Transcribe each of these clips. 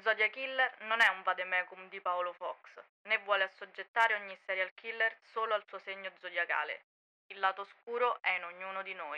Zodiac Killer non è un vademecum di Paolo Fox, né vuole assoggettare ogni serial killer solo al suo segno zodiacale. Il lato oscuro è in ognuno di noi.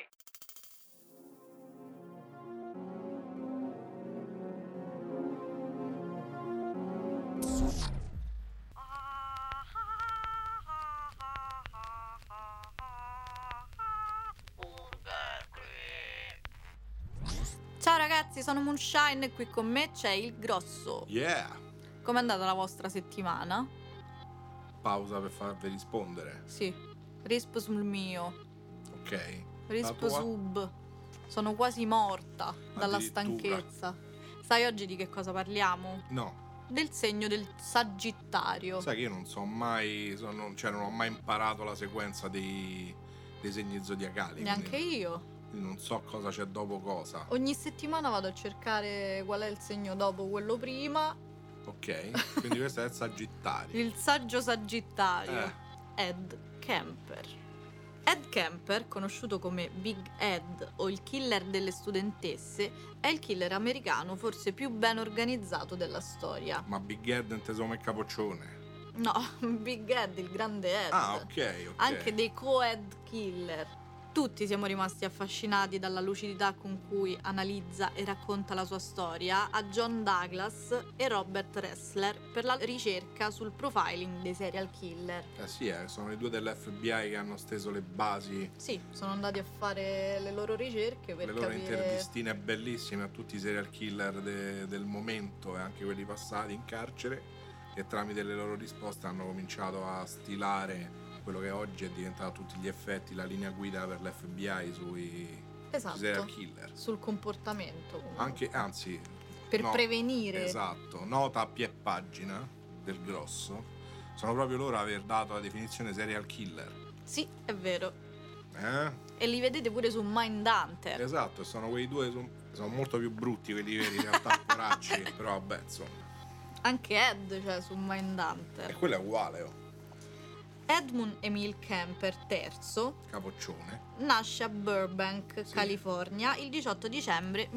Ciao ragazzi, sono Moonshine e qui con me c'è il Grosso. Yeah! Com'è andata la vostra settimana? Pausa per farvi rispondere. Sì, rispo sul mio, Ok. rispo La tua? sub. Sono quasi morta dalla Addirittura. stanchezza. Sai oggi di che cosa parliamo? No. Del segno del Sagittario. Sai che io non so mai. Non ho mai imparato la sequenza dei segni zodiacali. Neanche quindi io. Non so cosa c'è dopo cosa. Ogni settimana vado a cercare qual è il segno dopo quello prima. Ok. Quindi questo è il Sagittario. Il saggio Sagittario. Ed Kemper. Ed Kemper, conosciuto come Big Ed o il killer delle studentesse, è il killer americano forse più ben organizzato della storia. Ma Big Ed inteso come capoccione. No, Big Ed, il grande Ed. Ah, ok. Anche dei co-Ed killer. Tutti siamo rimasti affascinati dalla lucidità con cui analizza e racconta la sua storia a John Douglas e Robert Ressler per la ricerca sul profiling dei serial killer. Sì, sono i due dell'FBI che hanno steso le basi. Sì, sono andati a fare le loro ricerche per le loro capire... intervistine bellissime a tutti i serial killer del momento e anche quelli passati in carcere, e tramite le loro risposte hanno cominciato a stilare quello che oggi è diventato a tutti gli effetti la linea guida per l'FBI sui serial killer. Sul comportamento comunque. Anzi per prevenire. Esatto, nota a pie pagina del Grosso, sono proprio loro a aver dato la definizione serial killer. Sì, è vero. E li vedete pure su Mindhunter. Esatto, sono quei due, sono molto più brutti quelli veri in realtà, poracci, però vabbè, insomma. Anche Ed, cioè, su Mindhunter. E quello è uguale, Edmund Emil Kemper III, capoccione, nasce a Burbank, California, il 18 dicembre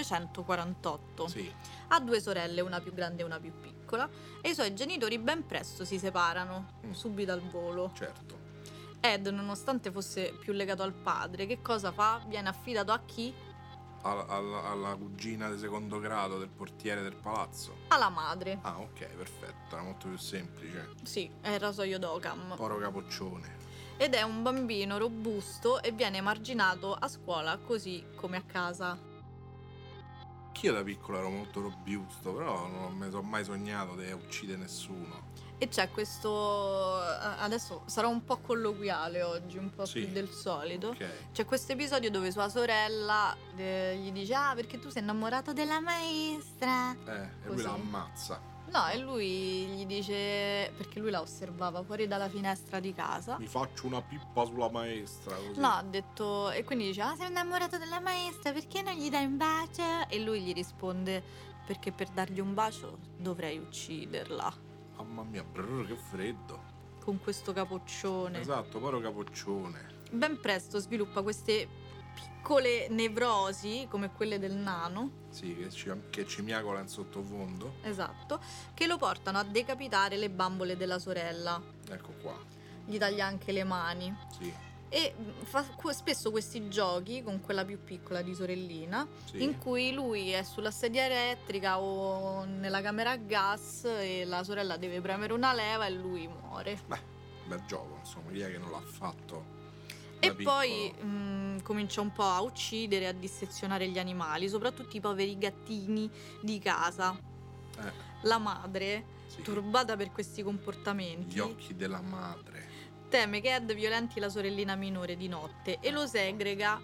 1948. Sì. Ha due sorelle, una più grande e una più piccola, e i suoi genitori ben presto si separano, subito al volo. Certo. Ed, nonostante fosse più legato al padre, che cosa fa? Viene affidato a chi? Alla cugina di secondo grado del portiere del palazzo. Alla madre. Ah, ok, perfetto, era molto più semplice. Sì, è il rasoio d'Occam. Poro capoccione. Ed è un bambino robusto e viene emarginato a scuola così come a casa. Anch'io da piccolo ero molto robusto, però non mi sono mai sognato di uccidere nessuno. E c'è questo... adesso sarò un po' colloquiale oggi, un po' più del solito. Okay. C'è questo episodio dove sua sorella gli dice: ah, perché tu sei innamorato della maestra. E lui la ammazza. No, e lui gli dice, perché lui la osservava fuori dalla finestra di casa. Mi faccio una pippa sulla maestra, così. No, ha detto, e quindi dice: ah, sei innamorato della maestra, perché non gli dai un bacio? E lui gli risponde: perché per dargli un bacio dovrei ucciderla. Mamma mia, che freddo. Con questo capoccione. Esatto, poro capoccione. Ben presto sviluppa queste piccole nevrosi, come quelle del nano. Sì, che ci miagola in sottofondo. Esatto, che lo portano a decapitare le bambole della sorella. Ecco qua. Gli taglia anche le mani. Sì. E fa spesso questi giochi con quella più piccola di sorellina, in cui lui è sulla sedia elettrica o nella camera a gas e la sorella deve premere una leva e lui muore. Bel gioco, insomma, chi è che non l'ha fatto? E poi comincia un po' a uccidere, a dissezionare gli animali, soprattutto i poveri gattini di casa. La madre, turbata per questi comportamenti, gli occhi della madre, teme che Ed violenti la sorellina minore di notte e lo segrega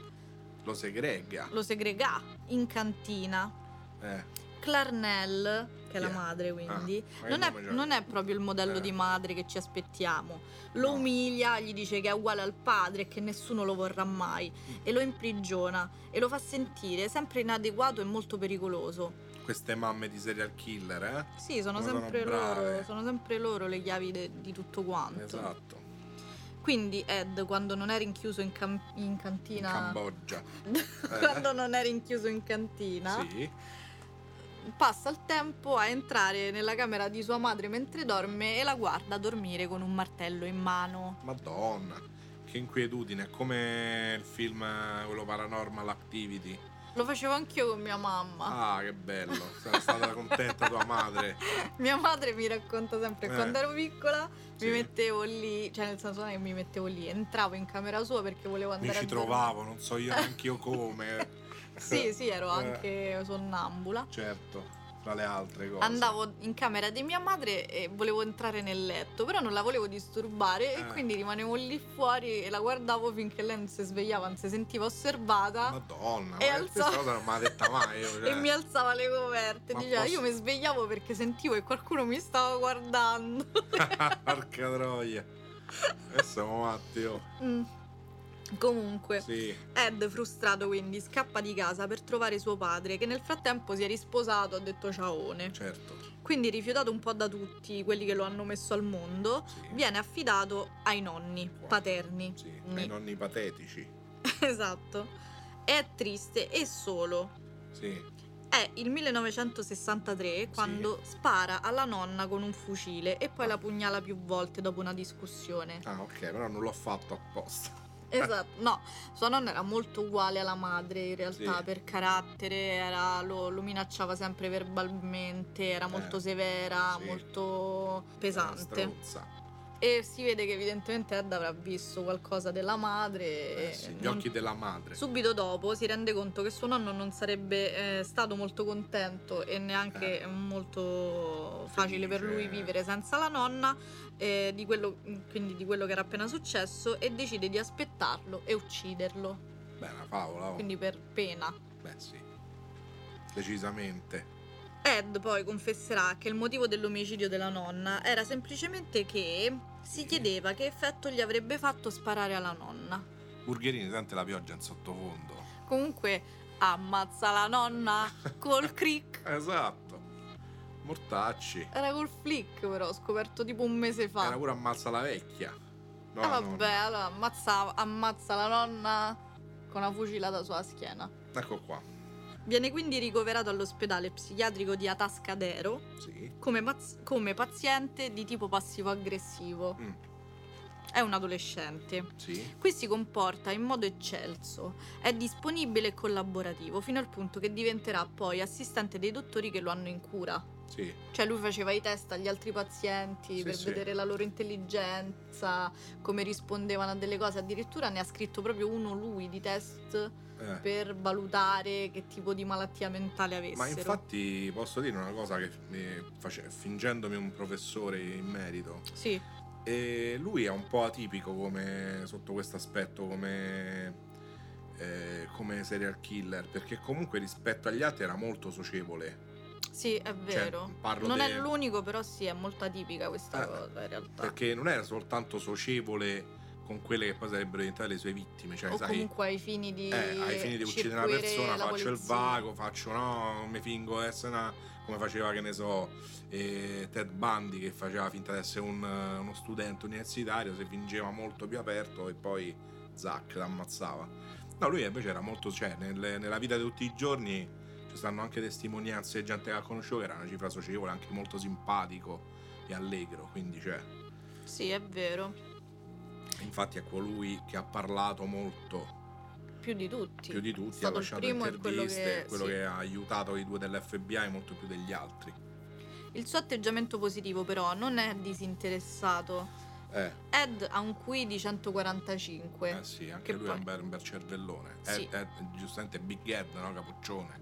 in cantina. Clarnell, che è la madre, quindi non è proprio il modello di madre che ci aspettiamo. Lo umilia, gli dice che è uguale al padre e che nessuno lo vorrà mai, e lo imprigiona e lo fa sentire sempre inadeguato e molto pericoloso. Queste mamme di serial killer, Sì, sono sempre loro le chiavi di tutto quanto. Esatto. Quindi Ed, quando non è rinchiuso in cantina... In Cambogia. Quando non è rinchiuso in cantina... Sì. passa il tempo a entrare nella camera di sua madre mentre dorme e la guarda dormire con un martello in mano. Madonna, che inquietudine, è come il film quello Paranormal Activity. Lo facevo anch'io con mia mamma. Ah, che bello, sarà stata contenta tua madre. Mia madre mi racconta sempre che quando ero piccola Sì. mi mettevo lì, cioè nel senso non è che mi mettevo lì, entravo in camera sua perché volevo andare Mi ci a dormire. trovavo, non so io neanch'io come. Sì, ero anche sonnambula. Certo, tra le altre cose. Andavo in camera di mia madre e volevo entrare nel letto, però non la volevo disturbare e quindi rimanevo lì fuori e la guardavo finché lei non si svegliava, non si sentiva osservata. Madonna, e ma questa cosa non me l'ha detta mai. Cioè. E mi alzava le coperte, Ma diceva io mi svegliavo perché sentivo che qualcuno mi stava guardando. Porca troia. Adesso siamo matti, oh. Comunque, Sì. Ed, frustrato quindi, scappa di casa per trovare suo padre, che nel frattempo si è risposato, ha detto ciaone. Certo. Quindi, rifiutato un po' da tutti quelli che lo hanno messo al mondo, Sì. viene affidato ai nonni paterni. Sì, ai nonni patetici. Esatto. È triste e solo. Sì. È il 1963 quando spara alla nonna con un fucile e poi la pugnala più volte dopo una discussione. Ah, ok, però non l'ho fatto apposta. Esatto, no, sua nonna era molto uguale alla madre in realtà, Sì. per carattere, lo minacciava sempre verbalmente, era molto severa, Sì. molto pesante. Stronza. E si vede che evidentemente Ed avrà visto qualcosa della madre. Sì, gli occhi della madre. Subito dopo si rende conto che suo nonno non sarebbe stato molto contento e neanche molto facile per lui vivere senza la nonna, quindi di quello che era appena successo, e decide di aspettarlo e ucciderlo. Beh, una favola. Oh. Quindi per pena. Beh, sì. Decisamente. Ed poi confesserà che il motivo dell'omicidio della nonna era semplicemente che si chiedeva che effetto gli avrebbe fatto sparare alla nonna. Burgherini, sente la pioggia in sottofondo. Comunque ammazza la nonna col crick. Esatto. Mortacci. Era col flick, però ho scoperto tipo un mese fa. Era pure ammazza la vecchia. No, vabbè, allora ammazza la nonna con una fucilata sulla schiena. Ecco qua. Viene quindi ricoverato all'ospedale psichiatrico di Atascadero come paziente di tipo passivo-aggressivo. È un adolescente. Sì. Qui si comporta in modo eccelso, è disponibile e collaborativo fino al punto che diventerà poi assistente dei dottori che lo hanno in cura. Sì. Cioè lui faceva i test agli altri pazienti per vedere la loro intelligenza, come rispondevano a delle cose, addirittura ne ha scritto proprio uno lui di test per valutare che tipo di malattia mentale avessero. Ma infatti posso dire una cosa che fingendomi un professore in merito. Sì. E lui è un po' atipico sotto questo aspetto come serial killer, perché comunque rispetto agli altri era molto socievole. Sì, è vero. Non è l'unico, però sì, è molto atipica questa cosa in realtà. Perché non era soltanto socievole con quelle che poi sarebbero diventate le sue vittime, cioè, o comunque ai fini di uccidere una persona, faccio polizia. il vago, mi fingo essere come faceva, che ne so, Ted Bundy, che faceva finta di essere uno studente universitario, si fingeva molto più aperto e poi zac, l'ammazzava. No, lui invece era molto, cioè nella vita di tutti i giorni ci stanno anche testimonianze di gente che ha conosciuto che era una cifra socievole, anche molto simpatico e allegro, quindi Sì, è vero. Infatti è colui che ha parlato molto più di tutti, ha lasciato interviste, quello che ha aiutato i due dell'FBI molto più degli altri. Il suo atteggiamento positivo però non è disinteressato. Ed ha un QI di 145. Sì, anche lui è un bel cervellone. Sì. È giustamente Big Ed, no? Capoccione.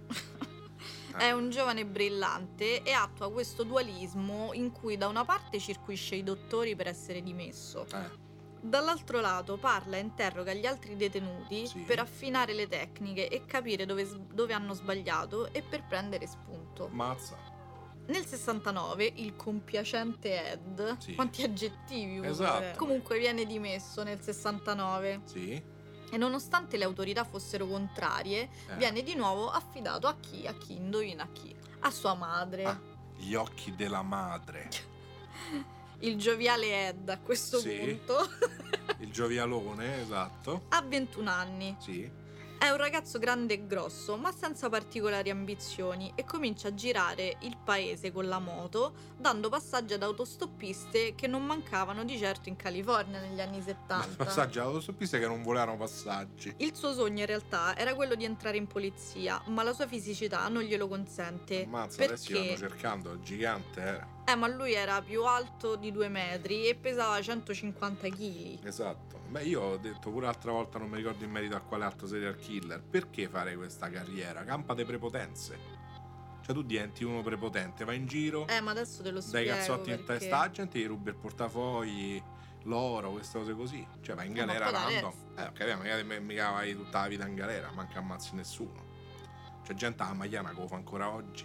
È un giovane brillante e attua questo dualismo in cui da una parte circuisce i dottori per essere dimesso, dall'altro lato parla e interroga gli altri detenuti per affinare le tecniche e capire dove hanno sbagliato e per prendere spunto. Mazza. Nel 69 il compiacente Ed, quanti aggettivi, esatto. Comunque viene dimesso nel 69. Sì. E nonostante le autorità fossero contrarie, viene di nuovo affidato a chi? A chi? Indovina chi? A sua madre. Gli occhi della madre. Il gioviale Ed a questo punto. Il giovialone, esatto. Ha 21 anni. Sì. È un ragazzo grande e grosso, ma senza particolari ambizioni, e comincia a girare il paese con la moto, dando passaggi ad autostoppiste che non mancavano di certo in California negli anni 70. Passaggi ad autostoppiste che non volevano passaggi. Il suo sogno in realtà era quello di entrare in polizia, ma la sua fisicità non glielo consente. Ammazza, adesso io stanno cercando, il gigante era. Ma lui era più alto di 2 metri e pesava 150 kg. Esatto. Beh, io ho detto pure l'altra volta, non mi ricordo in merito a quale altro serial killer, perché fare questa carriera? Campa di prepotenze. Cioè tu diventi uno prepotente, vai in giro, ma adesso te lo dai spiego cazzotti perché... in testa a gente, ti rubi il portafogli, l'oro, queste cose così. Cioè vai in galera random. Ok, magari mica vai tutta la vita in galera, manca ammazzi nessuno. C'è gente a Magliana che lo fa ancora oggi.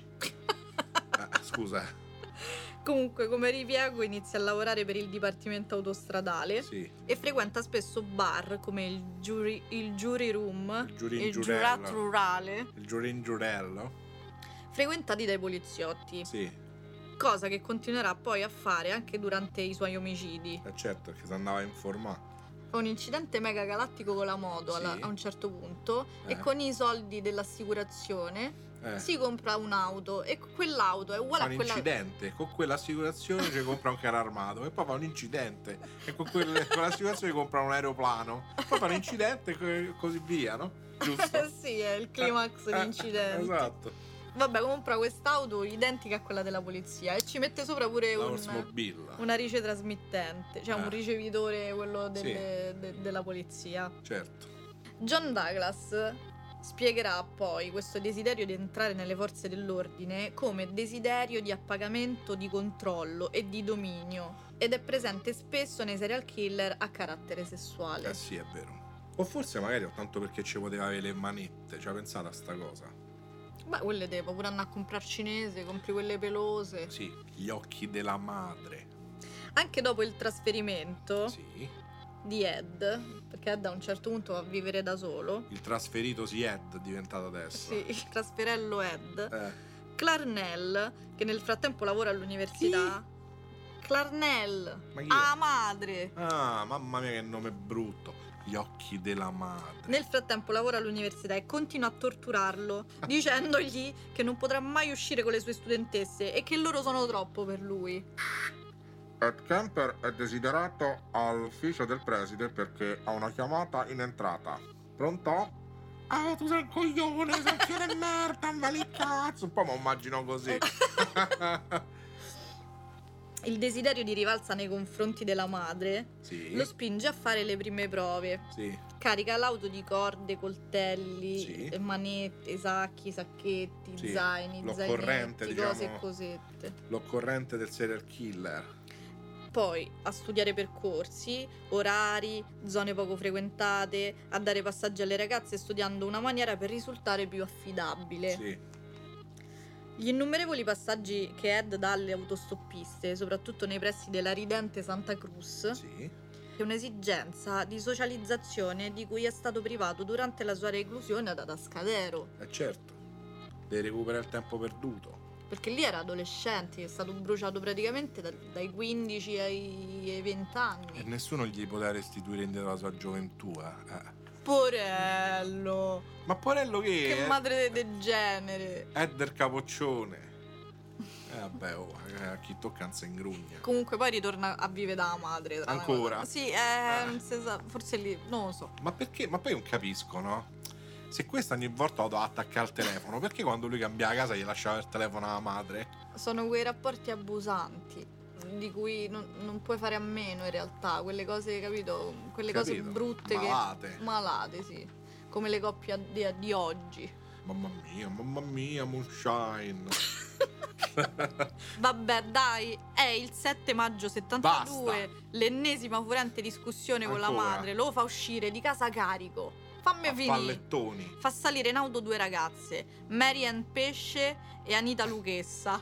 Scusa. Comunque, come ripiego, inizia a lavorare per il dipartimento autostradale, sì, e frequenta spesso bar come il jury room, il giurato rurale, il giurin giurello, frequentati dai poliziotti. Sì. Cosa che continuerà poi a fare anche durante i suoi omicidi. Certo, perché si andava a informare. Fa un incidente mega galattico con la moto, sì, a un certo punto, e con i soldi dell'assicurazione si compra un'auto, e quell'auto è uguale a quella... Fa un incidente, con quell'assicurazione ci compra un carro armato, e poi fa un incidente e con l'assicurazione compra un aeroplano, poi fa un incidente e così via, no? Giusto? Sì, è il climax dell'incidente. Esatto. Vabbè, compra quest'auto identica a quella della polizia e ci mette sopra pure una rice trasmittente, cioè un ricevitore, quello della polizia. Certo. John Douglas spiegherà poi questo desiderio di entrare nelle forze dell'ordine come desiderio di appagamento, di controllo e di dominio, ed è presente spesso nei serial killer a carattere sessuale. Sì, è vero. O forse magari tanto perché ci poteva avere le manette, cioè pensate a sta cosa. Beh, quelle devo pure andare a comprare cinese, compri quelle pelose. Sì, gli occhi della madre. Anche dopo il trasferimento di Ed, perché Ed a un certo punto va a vivere da solo. Il trasferitosi Ed è diventato adesso. Sì, il trasferello Ed. Clarnell, che nel frattempo lavora all'università. Chi? Clarnell. Madre. Ah, mamma mia che nome brutto. Gli occhi della madre. Nel frattempo lavora all'università e continua a torturarlo, dicendogli che non potrà mai uscire con le sue studentesse e che loro sono troppo per lui. Ed Kemper è desiderato all'ufficio del preside perché ha una chiamata in entrata. Pronto? Ah, tu sei un coglione, sei un figlio di merda, non vali cazzo. Un po' mi immagino così. Il desiderio di rivalsa nei confronti della madre lo spinge a fare le prime prove. Carica l'auto di corde, coltelli, manette, sacchi, sacchetti, zaini, zainetti, cose e cosette. L'occorrente del serial killer. Poi a studiare percorsi, orari, zone poco frequentate, a dare passaggi alle ragazze studiando una maniera per risultare più affidabile. Gli innumerevoli passaggi che Ed dà alle autostoppiste, soprattutto nei pressi della ridente Santa Cruz, è un'esigenza di socializzazione di cui è stato privato durante la sua reclusione ad Atascadero. Certo, deve recuperare il tempo perduto. Perché lì era adolescente, è stato bruciato praticamente dai 15 ai 20 anni. E nessuno gli poteva restituire indietro la sua gioventù, Porello! Ma porello che? Che madre del genere! Edder Capoccione. Vabbè, a chi tocca non si ingrugna. Comunque poi ritorna a vivere da madre. Ancora? Sì, non si sa, forse lì, non lo so. Ma perché? Ma poi non capisco, no? Se questa ogni volta lo doveva attaccare al telefono, perché quando lui cambia casa gli lasciava il telefono alla madre? Sono quei rapporti abusanti di cui non puoi fare a meno in realtà, quelle cose, capito? Quelle cose brutte, malate, sì, come le coppie di oggi. Mamma mia, Moonshine. Vabbè, dai, è il 7 maggio 72. Basta. L'ennesima furente discussione con la madre lo fa uscire di casa carico. Fammi finire. Pallettoni. Fa salire in auto 2 ragazze, Mary Ann Pesce e Anita Luchessa.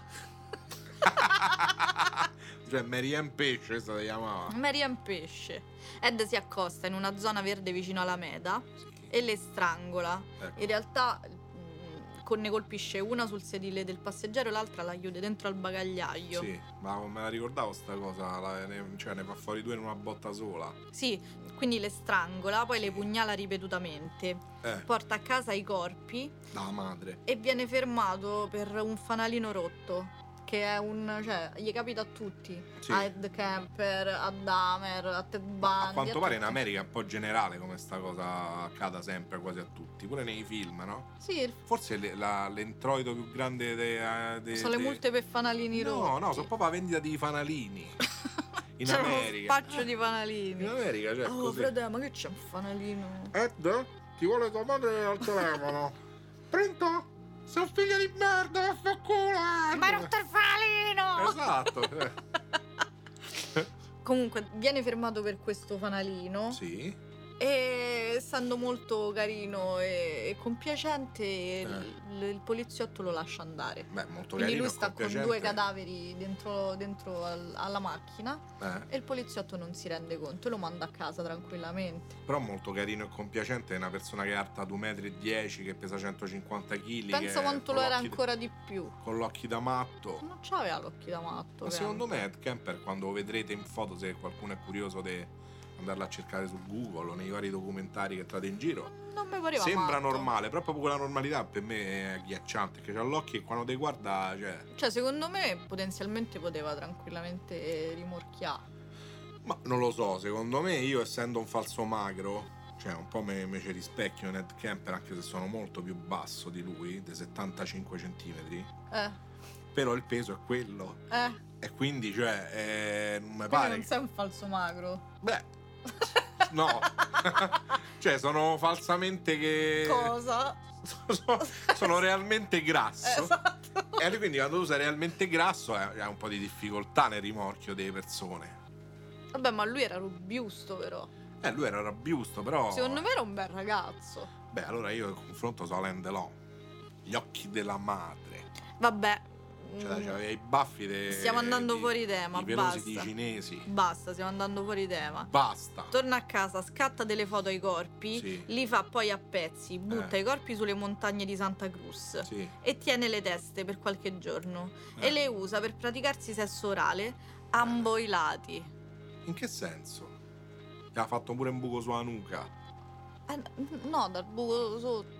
Cioè Mary Ann Pesce si chiamava. Mary Ann Pesce. Ed si accosta in una zona verde vicino alla meta e le strangola. In realtà ne colpisce una sul sedile del passeggero e l'altra la chiude dentro al bagagliaio. Sì, ma me la ricordavo sta cosa, cioè ne fa fuori 2 in una botta sola. Sì, quindi le strangola, poi le pugnala ripetutamente, porta a casa i corpi da madre e viene fermato per un fanalino rotto. Che è cioè, gli capita a tutti, sì. A Ed Kemper, a Dahmer, a Ted Bundy. A quanto pare in America è un po' generale come sta cosa accada sempre quasi a tutti, pure nei film, no? Sì. Forse l'introito più grande sono le multe per fanalini rotti. No, sono proprio la vendita di fanalini. In c'è America. Uno spaccio di fanalini. In America, cioè così. Frate, ma che c'è un fanalino? Ed, ti vuole tua madre al telefono. Pronto? Sei un figlio di merda, vaffanculo! Ma hai rotto il fanalino! Esatto. Comunque viene fermato per questo fanalino. Sì. E essendo molto carino e compiacente, il poliziotto lo lascia andare. Beh, molto quindi carino. lui sta con 2 cadaveri dentro alla macchina e il poliziotto non si rende conto e lo manda a casa tranquillamente. Però molto carino e compiacente è una persona che è alta 2,10 metri, che pesa 150 kg. Penso quanto lo era ancora di più. Con l'occhi da matto. Non c'aveva l'occhi da matto. Ma secondo me Ed Kemper, quando lo vedrete in foto, se qualcuno è curioso di andarla a cercare su Google o nei vari documentari che trovate in giro, non mi pareva sembra matto. normale, però proprio quella normalità per me è agghiacciante, che c'ha l'occhio e quando ti guarda, cioè secondo me potenzialmente poteva tranquillamente rimorchiare. Ma non lo so, secondo me, io essendo un falso magro, cioè un po' me ci rispecchio in Ed Kemper, anche se sono molto più basso di lui, dei 75 centimetri. Però il peso è quello. E quindi, cioè, non mi pare. Non sei un falso magro. Beh, no. Cioè, sono falsamente che. Cosa? sono realmente grasso. Esatto. E quindi quando tu sei realmente grasso hai un po' di difficoltà nel rimorchio delle persone. Vabbè, ma lui era robusto, però. Lui era robusto, però. Secondo me era un bel ragazzo. Beh, allora io il confronto su Alain Delon. Gli occhi della madre. Vabbè. Cioè, aveva i baffi stiamo andando fuori tema, i pelosi di cinesi. Basta, stiamo andando fuori tema. Basta. Torna a casa, scatta delle foto ai corpi, sì. Li fa poi a pezzi, butta i corpi sulle montagne di Santa Cruz, sì. E tiene le teste per qualche giorno e le usa per praticarsi sesso orale ambo i lati. In che senso? Gli ha fatto pure un buco sulla nuca? No, dal buco sotto.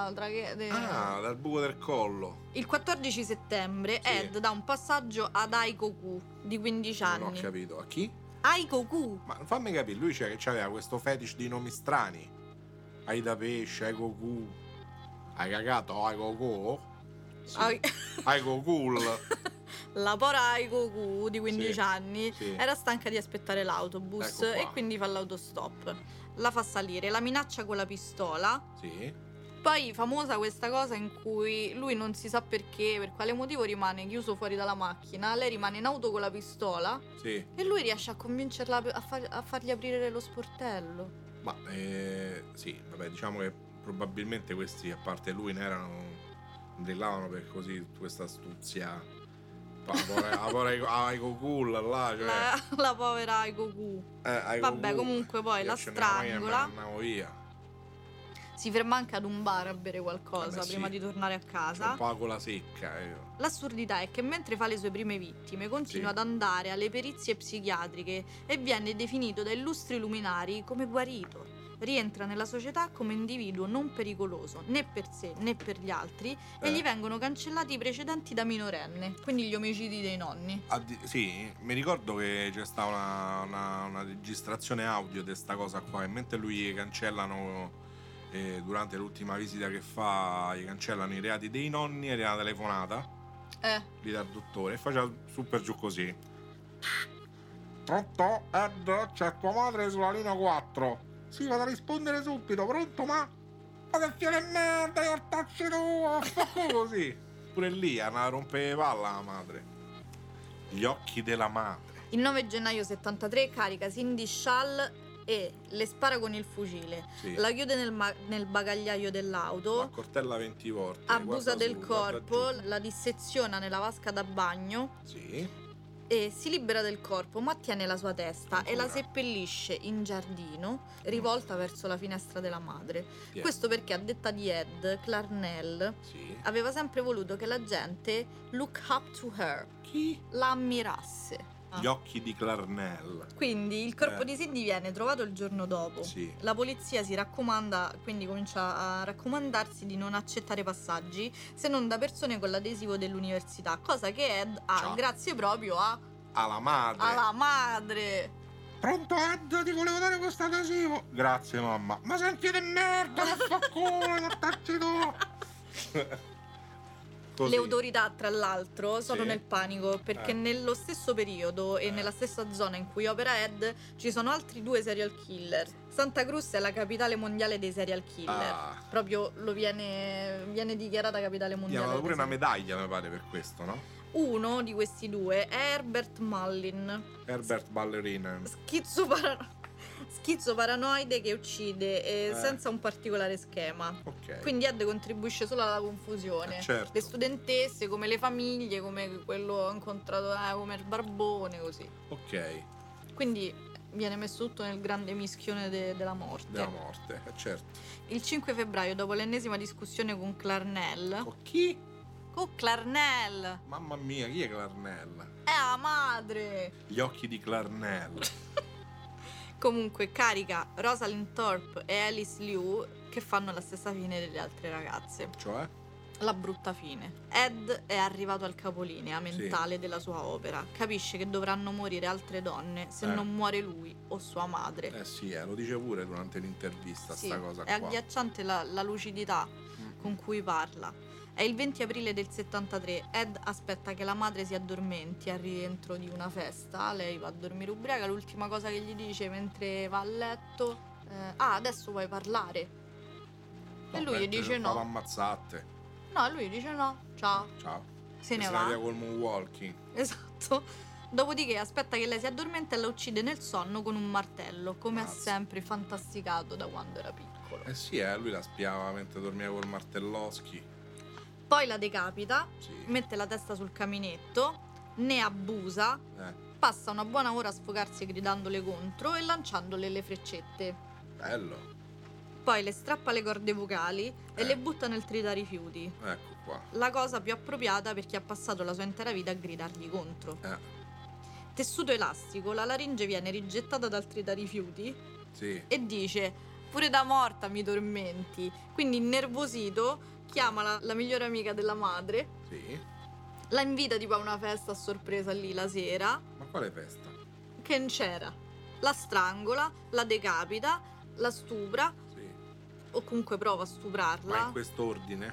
Dal buco del collo. Il 14 settembre sì. Ed dà un passaggio ad Aikoku di 15 anni. Non ho capito. A chi? Aikoku. Ma fammi capire, lui che aveva questo fetish di nomi strani. Aida Pesce, Aikoku. Hai cagato Aikoku? Sì. Aikoku. La povera Aikoku di 15 anni sì. era stanca di aspettare l'autobus e quindi fa l'autostop. La fa salire, la minaccia con la pistola. Sì. Poi famosa questa cosa in cui lui non si sa perché, per quale motivo rimane chiuso fuori dalla macchina, lei rimane in auto con la pistola sì. E lui riesce a convincerla a fargli aprire lo sportello. Ma sì, vabbè, diciamo che probabilmente questi, a parte lui, ne brillavano per così questa astuzia. La povera Aikoku là, cioè. La povera Aikoku. Vabbè, comunque poi la strangola. Via. Si ferma anche ad un bar a bere qualcosa prima di tornare a casa. C'è un po' la gola secca. L'assurdità è che mentre fa le sue prime vittime continua ad andare alle perizie psichiatriche e viene definito da illustri luminari come guarito. Rientra nella società come individuo non pericoloso né per sé né per gli altri e gli vengono cancellati i precedenti da minorenne, quindi gli omicidi dei nonni. Sì, mi ricordo che c'è stata una registrazione audio di sta cosa qua e mentre lui cancellano durante l'ultima visita che fa, gli cancellano i reati dei nonni e una telefonata lì dal dottore e faceva su per giù così. Pronto? Ed, c'è tua madre sulla linea 4. Sì, vado a rispondere subito, pronto? Ma che figlio di merda, io tacci tu, così. Pure lì andava a rompere palla la madre. Gli occhi della madre. Il 9 gennaio 73 carica Cindy Schall e le spara con il fucile, la chiude nel bagagliaio dell'auto, la accortella 20 volte, abusa del corpo, la disseziona nella vasca da bagno, E si libera del corpo, ma tiene la sua testa Ancora? e la seppellisce in giardino, rivolta verso la finestra della madre. Chi è? Questo perché, a detta di Ed, Clarnell Sì. aveva sempre voluto che la gente look up to her, Chi? la ammirasse. Gli occhi di Clarnell. Quindi il corpo di Sidney viene trovato il giorno dopo. Sì. La polizia si raccomanda, quindi comincia a raccomandarsi di non accettare passaggi se non da persone con l'adesivo dell'università, cosa che Ed ha Ciao. grazie proprio Alla madre. alla madre. Pronto Ed, ti volevo dare questo adesivo. Grazie mamma. Ma sentite merda, ma fa culo, mortacci tu. Così. Le autorità, tra l'altro, sono Sì. nel panico perché nello stesso periodo e nella stessa zona in cui opera Ed ci sono altri 2 serial killer. Santa Cruz è la capitale mondiale dei serial killer. Proprio viene dichiarata capitale Gli mondiale. hanno dato pure dei una medaglia, mi pare, per questo, no? Uno di questi 2 è Herbert Mullin, Herbert Ballerina. schizzo paranoide che uccide senza un particolare schema. Ok. Quindi Ed contribuisce solo alla confusione. Certo. Le studentesse, come le famiglie, come quello incontrato come il barbone, così. Ok. Quindi viene messo tutto nel grande mischione della morte. Della morte, certo. Il 5 febbraio, dopo l'ennesima discussione con Clarnell. Con chi? Con Clarnell! Mamma mia, chi è Clarnell? È la madre! Gli occhi di Clarnell. Comunque carica Rosalind Thorpe e Alice Liu, che fanno la stessa fine delle altre ragazze. Cioè? La brutta fine. Ed è arrivato al capolinea mentale della sua opera. Capisce che dovranno morire altre donne se non muore lui o sua madre. Sì, lo dice pure durante l'intervista, Sì, sta cosa è qua. agghiacciante la lucidità con cui parla. È il 20 aprile del 73. Ed aspetta che la madre si addormenti al rientro di una festa. Lei va a dormire ubriaca. L'ultima cosa che gli dice mentre va a letto: adesso vuoi parlare? E lui gli dice no. Ammazzate. No, lui gli dice no. Ciao. Ciao. Se ne va. va. via col moonwalking. Esatto. Dopodiché aspetta che lei si addormenta e la uccide nel sonno con un martello, come ha sempre fantasticato da quando era piccolo. Sì, lui la spiava mentre dormiva col martelloschi. Poi la decapita, Sì. mette la testa sul caminetto, ne abusa, passa una buona ora a sfogarsi gridandole contro e lanciandole le freccette. Bello. Poi le strappa le corde vocali e le butta nel tritarifiuti. Ecco qua. La cosa più appropriata per chi ha passato la sua intera vita a gridargli contro. Tessuto elastico, la laringe viene rigettata dal tritarifiuti e dice: pure da morta mi tormenti. Quindi, innervosito, chiama la migliore amica della madre. Sì. La invita tipo a una festa a sorpresa lì la sera. Ma quale festa? Che non c'era. La strangola, la decapita, la stupra. Sì. O comunque prova a stuprarla. Ma in quest'ordine?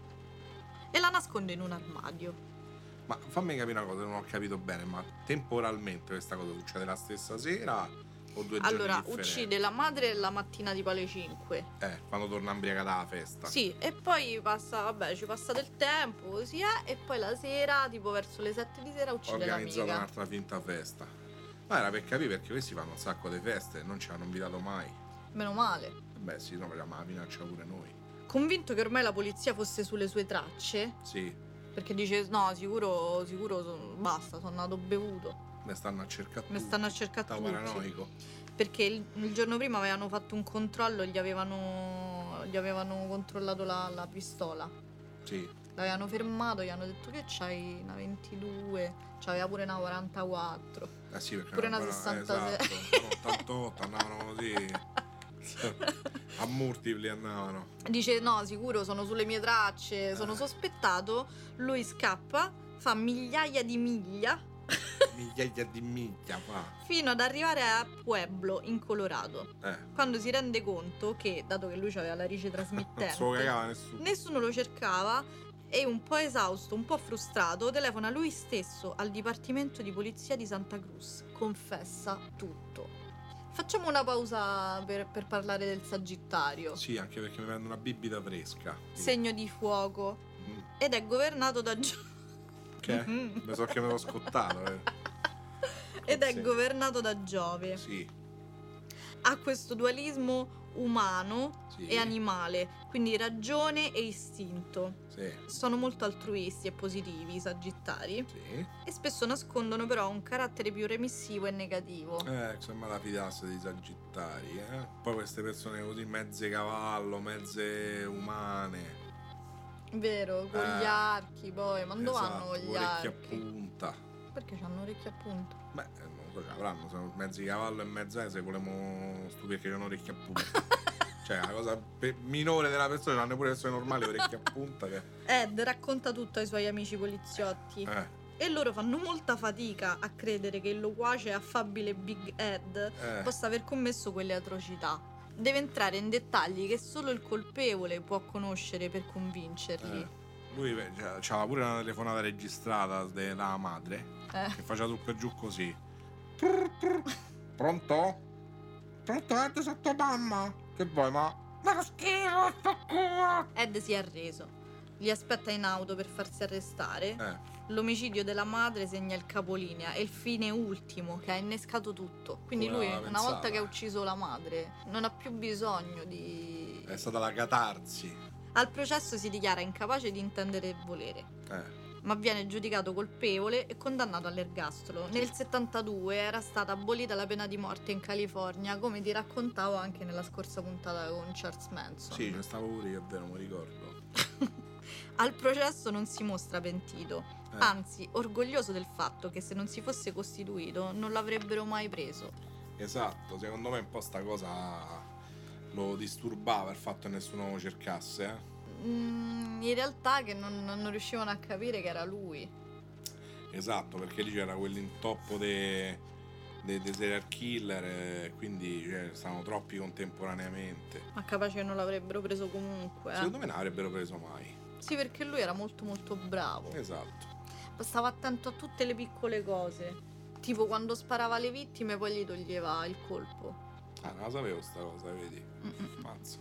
E la nasconde in un armadio. Ma fammi capire una cosa, non ho capito bene, ma temporalmente questa cosa succede la stessa sera o 2 giorni Allora, differenti? uccide la madre la mattina tipo alle 5. Quando torna imbriaca dalla festa. Sì, e poi ci passa del tempo, così e poi la sera, tipo verso le 7 di sera, uccide Organizzata l'amica. un'altra finta festa. Ma era per capire, perché questi fanno un sacco di feste e non ci hanno invitato mai. Meno male. Beh sì, no, facciamo la minaccia pure noi. Convinto che ormai la polizia fosse sulle sue tracce, Sì. perché dice no, sicuro basta, sono andato bevuto. Mi stanno a cercare Mi stanno a cercare tutti. paranoico. Perché il giorno prima avevano fatto un controllo e gli avevano controllato la pistola. Sì. L'avevano fermato, gli hanno detto che c'hai una 22, c'aveva pure una 44. Sì, perché pure una 66. Esatto, 88 andavano così. A multipli andavano. Dice no, sicuro sono sulle mie tracce, sono sospettato. Lui scappa, fa migliaia di miglia fino ad arrivare a Pueblo in Colorado. Quando si rende conto che, dato che lui aveva la rice trasmittente, non so cagava nessuno lo cercava e un po' esausto, un po' frustrato, telefona lui stesso al dipartimento di polizia di Santa Cruz. Confessa tutto. Facciamo una pausa per parlare del Sagittario. Sì, anche perché mi prendo una bibita fresca. Segno di fuoco. Ed è governato da Che? Mi so che me l'ho scottato. Ed è governato da Giove. Sì. Ha questo dualismo umano e animale, quindi ragione e istinto. Sì. Sono molto altruisti e positivi i Sagittari. Sì. E spesso nascondono però un carattere più remissivo e negativo. Insomma, la fidasse dei Sagittari, Poi queste persone così mezze cavallo, mezze umane. Vero, con gli archi poi. Ma dove vanno con gli orecchie archi? a punta. Perché c'hanno orecchie a punta? Beh, non so, ce l'avranno, sono mezzi cavallo e mezza se volevamo stupire che hanno orecchie a punta. Cioè, la cosa minore della persona, hanno pure persone normali, orecchie a punta. Che... Ed racconta tutto ai suoi amici poliziotti. E loro fanno molta fatica a credere che il loquace e affabile Big Ed possa aver commesso quelle atrocità. Deve entrare in dettagli che solo il colpevole può conoscere per convincerli. Lui c'aveva pure una telefonata registrata della madre che faceva su per giù così. Pronto? Pronto, Ed, sotto mamma? Che vuoi, ma che schifo, sto culo! Ed si è arreso. Li aspetta in auto per farsi arrestare. L'omicidio della madre segna il capolinea e il fine ultimo che ha innescato tutto. Quindi lui, una volta che ha ucciso la madre, non ha più bisogno di... È stata la catarsi. Al processo si dichiara incapace di intendere e volere. Ma viene giudicato colpevole e condannato all'ergastolo. Nel 72 era stata abolita la pena di morte in California, come ti raccontavo anche nella scorsa puntata con Charles Manson. Sì, ne stavo pure io, è vero, mi ricordo. Al processo non si mostra pentito, anzi orgoglioso del fatto che se non si fosse costituito non l'avrebbero mai preso. Esatto, secondo me un po' sta cosa lo disturbava il fatto che nessuno lo cercasse, In realtà che non riuscivano a capire che era lui. Esatto, perché lì c'era quell'intoppo dei serial killer, quindi stavano troppi contemporaneamente. Ma capace che non l'avrebbero preso comunque. Secondo me non l'avrebbero preso mai. Sì, perché lui era molto molto bravo. Esatto. Stava attento a tutte le piccole cose. Tipo quando sparava alle vittime poi gli toglieva il colpo. Non la sapevo sta cosa, vedi? Mazzo.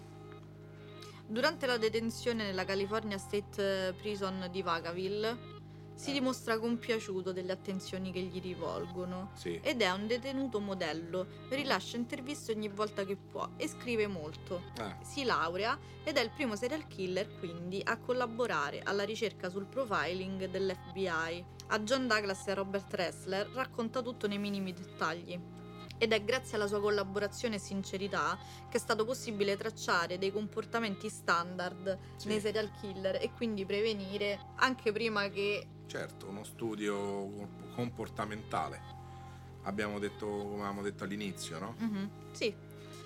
Durante la detenzione nella California State Prison di Vacaville si dimostra compiaciuto delle attenzioni che gli rivolgono. Sì. Ed è un detenuto modello, rilascia interviste ogni volta che può e scrive molto. Si laurea ed è il primo serial killer quindi a collaborare alla ricerca sul profiling dell'FBI. A John Douglas e a Robert Ressler racconta tutto nei minimi dettagli. Ed è grazie alla sua collaborazione e sincerità che è stato possibile tracciare dei comportamenti standard nei serial killer e quindi prevenire anche prima che... Certo, uno studio comportamentale. Abbiamo detto, come avevamo detto all'inizio, no? Sì.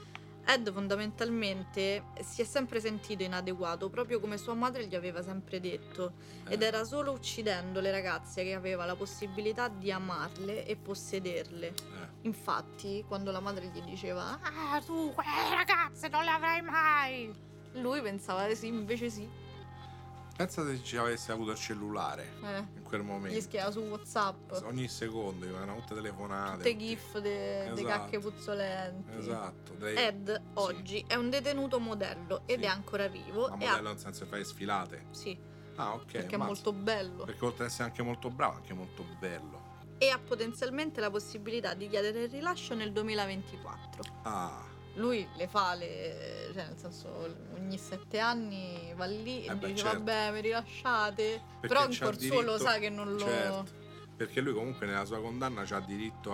Ed fondamentalmente si è sempre sentito inadeguato, proprio come sua madre gli aveva sempre detto, ed era solo uccidendo le ragazze che aveva la possibilità di amarle e possederle. Infatti, quando la madre gli diceva tu quelle ragazze non le avrai mai, lui pensava sì, invece sì. Pensa se ci avesse avuto il cellulare in quel momento. Gli schiava su WhatsApp. Ogni secondo, gli avevano tutte telefonate. Tutte gif dei cacche puzzolenti. Esatto. Ed oggi è un detenuto modello ed è ancora vivo. Ma modello nel senso che fai sfilate? Sì. Ah, ok. Perché è molto bello. Perché oltre ad essere anche molto bravo, è anche molto bello. E ha potenzialmente la possibilità di chiedere il rilascio nel 2024. Lui le fa cioè nel senso ogni 7 anni va lì e dice certo. Vabbè mi rilasciate, perché però in cuor suo lo sa che non lo... Certo, perché lui comunque nella sua condanna c'ha diritto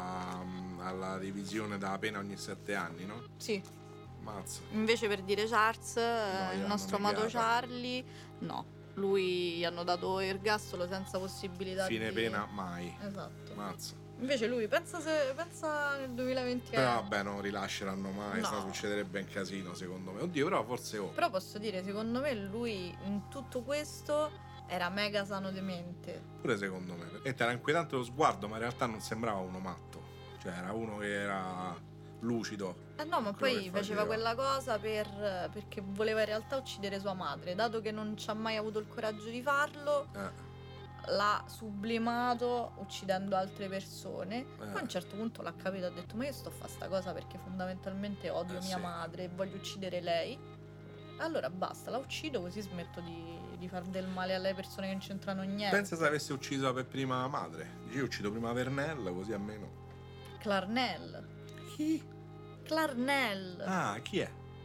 alla revisione della pena ogni 7 anni, no? Sì. Mazza. Invece per dire Charles, il nostro amato Charlie, no, lui gli hanno dato ergastolo senza possibilità fine pena mai. Esatto. Mazza. Invece lui pensa nel 2020. Però vabbè, non rilasceranno mai, no. Succederebbe un casino secondo me. Oddio, però forse Però posso dire, secondo me lui in tutto questo era mega sano di mente. Pure secondo me. E era inquietante lo sguardo, ma in realtà non sembrava uno matto. Cioè era uno che era lucido. No, ma poi faceva quella cosa perché voleva in realtà uccidere sua madre. Dato che non ci ha mai avuto il coraggio di farlo, l'ha sublimato uccidendo altre persone. Poi a un certo punto l'ha capito, ha detto ma io sto a fare sta cosa perché fondamentalmente odio mia madre e voglio uccidere lei. Allora basta, la uccido così smetto di far del male alle persone che non c'entrano niente. Pensa se avesse ucciso per prima la madre. Dice io uccido prima Vernelle così almeno. Clarnell. Chi? Clarnell. Ah, chi è?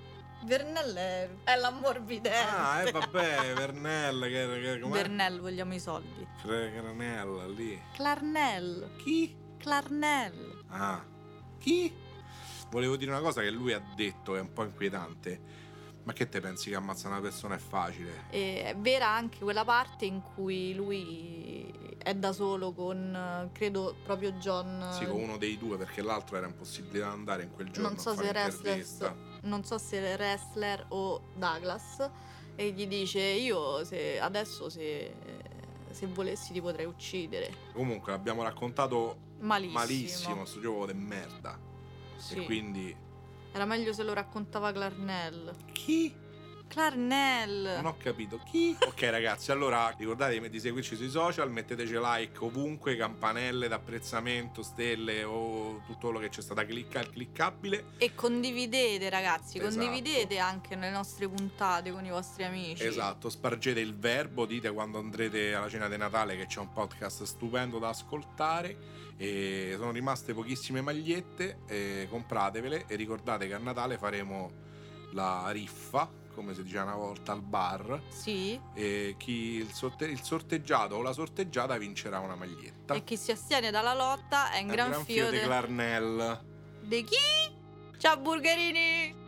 Vernel è l'ammorbidente. Vabbè, Vernel, che com'è? Vernel, vogliamo i soldi. Clarnell, lì. Clarnell. Chi? Clarnell. Ah, chi? Volevo dire una cosa che lui ha detto, che è un po' inquietante. Ma che te pensi che ammazzare una persona è facile? È vera anche quella parte in cui lui è da solo con, credo, proprio John. Sì, con uno dei due, perché l'altro era impossibile da andare in quel giorno. Non so a fare se non so se Ressler o Douglas, e gli dice: io adesso se volessi ti potrei uccidere. Comunque l'abbiamo raccontato malissimo sto gioco di merda. Sì. E quindi era meglio se lo raccontava Clarnell. Chi? Clarnell. Non ho capito chi. Ok ragazzi, allora ricordatevi di seguirci sui social, metteteci like ovunque, campanelle d'apprezzamento, stelle o tutto quello che c'è stata cliccabile. E condividete ragazzi, condividete anche le nostre puntate con i vostri amici. Esatto, spargete il verbo, dite quando andrete alla cena di Natale che c'è un podcast stupendo da ascoltare. E sono rimaste pochissime magliette, compratevele e ricordate che a Natale faremo la riffa, come si diceva una volta al bar. Sì. E il sorteggiato o la sorteggiata vincerà una maglietta. E chi si astiene dalla lotta è in gran fio di Clarnell. De chi? Ciao burgerini!